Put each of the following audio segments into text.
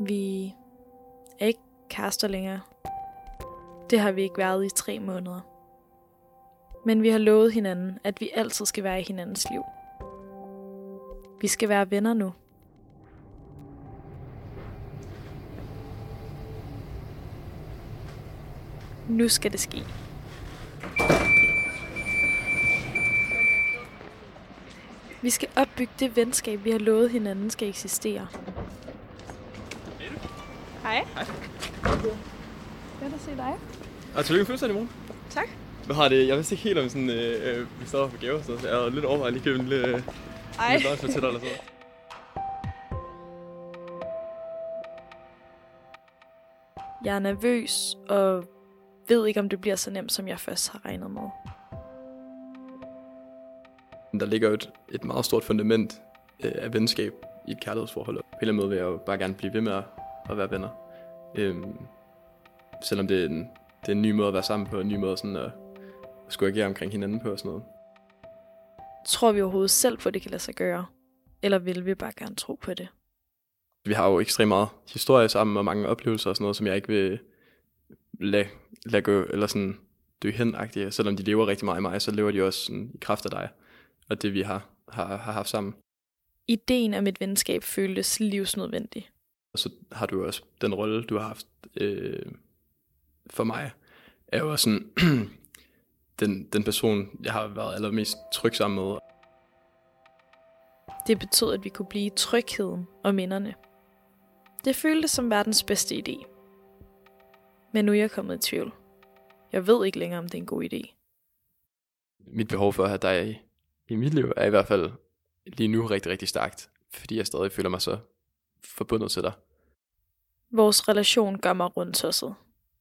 Vi er ikke kærester længere. Det har vi ikke været i 3 måneder. Men vi har lovet hinanden, at vi altid skal være i hinandens liv. Vi skal være venner nu. Nu skal det ske. Vi skal opbygge det venskab, vi har lovet hinanden skal eksistere. Hej. Hej. Godt at se dig. Og tillykke med fødselsdagen i morgen. Tak. Hvad har det? Jeg vidste ikke helt om sådan, vi står for gaver, så jeg er lidt overvejet lige købe en lille blomster til dig eller sådan. Jeg er nervøs og ved ikke, om det bliver så nemt, som jeg først har regnet med. Der ligger jo et meget stort fundament af venskab i et kærlighedsforhold. På en eller anden måde vil jeg jo bare gerne blive ved med at være venner. Selvom det er en ny måde at være sammen på, en ny måde sådan at skulle agere omkring hinanden på og sådan noget. Tror vi overhovedet selv på, at det kan lade sig gøre? Eller vil vi bare gerne tro på det? Vi har jo ekstremt meget historie sammen og mange oplevelser og sådan noget, som jeg ikke vil lade gå eller sådan dø hen-agtigt. Selvom de lever rigtig meget i mig, så lever de også sådan i kraft af dig og det vi har haft sammen. Ideen om et venskab føltes livsnødvendig. Og så har du også den rolle, du har haft for mig, er jo også sådan den person, jeg har været allermest tryg sammen med. Det betød, at vi kunne blive trygheden og minderne. Det føltes som verdens bedste idé. Men nu er jeg kommet i tvivl. Jeg ved ikke længere, om det er en god idé. Mit behov for at have dig i mit liv er i hvert fald lige nu rigtig, rigtig stærkt, fordi jeg stadig føler mig så forbundet til dig. Vores relation gør mig rundtosset.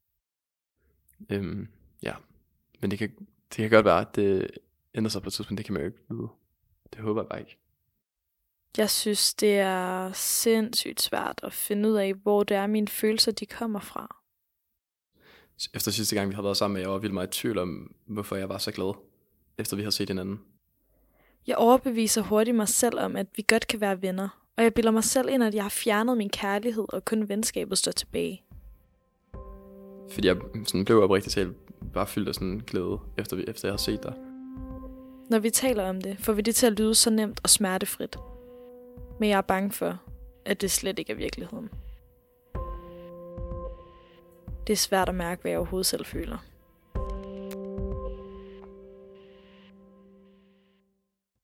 Ja, men det kan godt være, at det ændrer sig på et tidspunkt. Det kan man jo ikke vide. Det håber jeg bare ikke. Jeg synes, det er sindssygt svært at finde ud af, hvor det er, mine følelser de kommer fra. Efter sidste gang, vi havde været sammen, jeg var vildt meget i tvivl om, hvorfor jeg var så glad, efter vi havde set hinanden. Jeg overbeviser hurtigt mig selv om, at vi godt kan være venner. Og jeg bilder mig selv ind, at jeg har fjernet min kærlighed, og kun venskabet står tilbage. Fordi jeg sådan blev oprigtigt talt bare fyldt af sådan glæde, efter jeg havde set dig. Når vi taler om det, får vi det til at lyde så nemt og smertefrit. Men jeg er bange for, at det slet ikke er virkeligheden. Det er svært at mærke, hvad jeg overhovedet selv føler.